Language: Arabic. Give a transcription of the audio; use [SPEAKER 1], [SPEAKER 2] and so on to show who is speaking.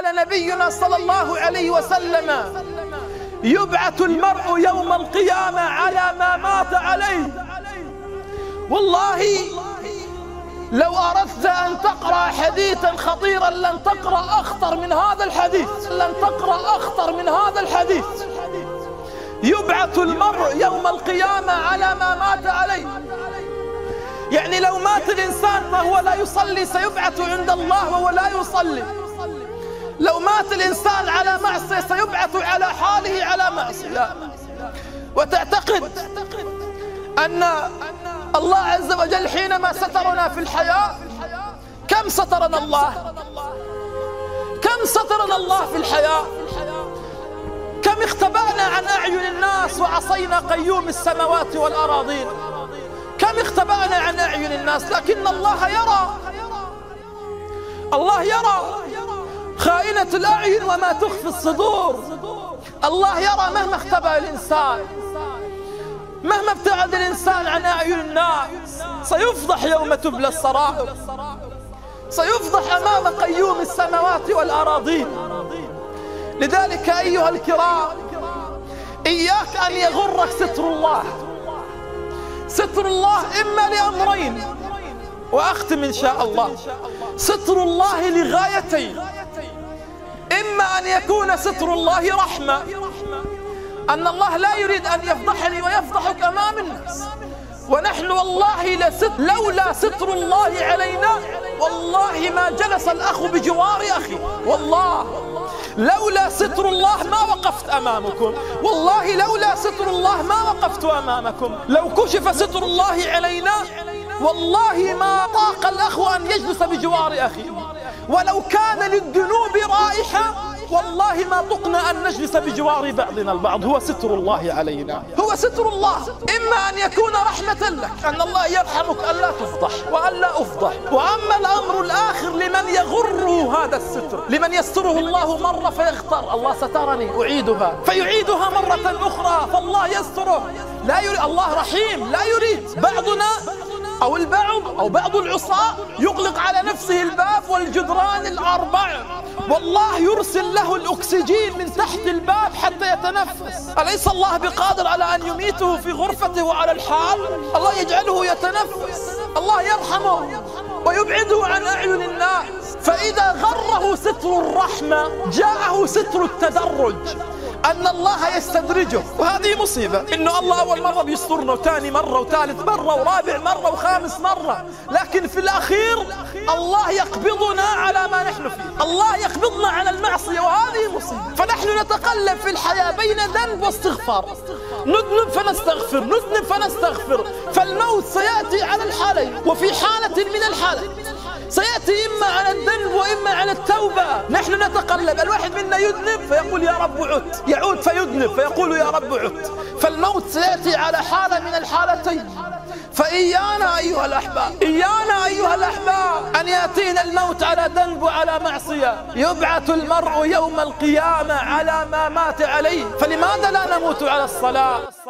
[SPEAKER 1] قال نبينا صلى الله عليه وسلم: يبعث المرء يوم القيامة على ما مات عليه. والله لو أردت أن تقرأ حديثا خطيرا لن تقرأ أخطر من هذا الحديث، لن تقرأ أخطر من هذا الحديث. يبعث المرء يوم القيامة على ما مات عليه. يعني لو مات الإنسان وهو لا يصلي سيبعث عند الله وهو لا يصلي. لو مات الإنسان على معصية سيبعث على حاله على معصية. وتعتقد أن الله عز وجل حينما سترنا في الحياة، كم سترنا الله؟ كم سترنا الله في الحياة؟ كم اختبأنا عن أعين الناس وعصينا قيوم السماوات والأراضين؟ كم اختبأنا عن أعين الناس، لكن الله يرى. الله يرى خائنة الأعين وما تخفي الصدور. الله يرى مهما اختبأ الإنسان، مهما ابتعد الإنسان عن أعين الناس، سيفضح يوم تبلى السرائر، سيفضح أمام قيوم السماوات والأراضين. لذلك أيها الكرام، إياك أن يغرك ستر الله. ستر الله إما لأمرين، وأختم إن شاء الله. ستر الله لغايتين: إما أن يكون ستر الله رحمة، أن الله لا يريد أن يفضحني ويفضحك أمام الناس، ونحن والله لولا ستر الله علينا والله ما جلس الأخ بجوار أخي. والله لولا ستر الله ما وقفت أمامكم، والله لولا ستر الله ما وقفت أمامكم. لو كشف ستر الله علينا والله ما طاق الأخ أن يجلس بجوار أخي، ولو كان للذنوب رائحة والله ما طقنا أن نجلس بجوار بعضنا البعض. هو ستر الله علينا، هو ستر الله. إما أن يكون رحمة لك، أن الله يرحمك ألا تفضح وألا أفضح. وأما الأمر الآخر لمن يغره هذا الستر، لمن يستره الله مرة فيختار: الله سترني أعيدها، فيعيدها مرة أخرى، فالله يستره. لا يريد الله رحيم، لا يريد. بعضنا أو البعض أو بعض العصاة يغلق على نفسه الباب والجدران الأربع، والله يرسل له الأكسجين من تحت الباب حتى يتنفس. أليس الله بقادر على أن يميته في غرفته وعلى الحال؟ الله يجعله يتنفس، الله يرحمه ويبعده عن أعين الناس. فإذا غره ستر الرحمة جاءه ستر التدرج، أن الله يستدرجه. وهذه مصيبة، إنه الله أول مرة بيسترنا وثاني مرة وثالث مرة ورابع مرة وخامس مرة، لكن في الأخير الله يقبضنا على ما نحن فيه، الله يقبضنا على المعصية، وهذه مصيبة. فنحن نتقلب في الحياة بين ذنب واستغفار، نذنب فنستغفر، نذنب فنستغفر. فالموت سيأتي على الحالين، وفي حالة من الحالين سيأتي إما على الذنب وإما على التوبة. نحن نتقلب، الواحد منا يذنب فيقول يا رب عدت، يعود فيذنب فيقول يا رب عدت. فالموت سيأتي على حالة من الحالتين. فإيانا أيها الأحباب، إيانا أيها الأحباب أن يأتينا الموت على ذنب وعلى معصية. يبعث المرء يوم القيامة على ما مات عليه، فلماذا لا نموت على الصلاة؟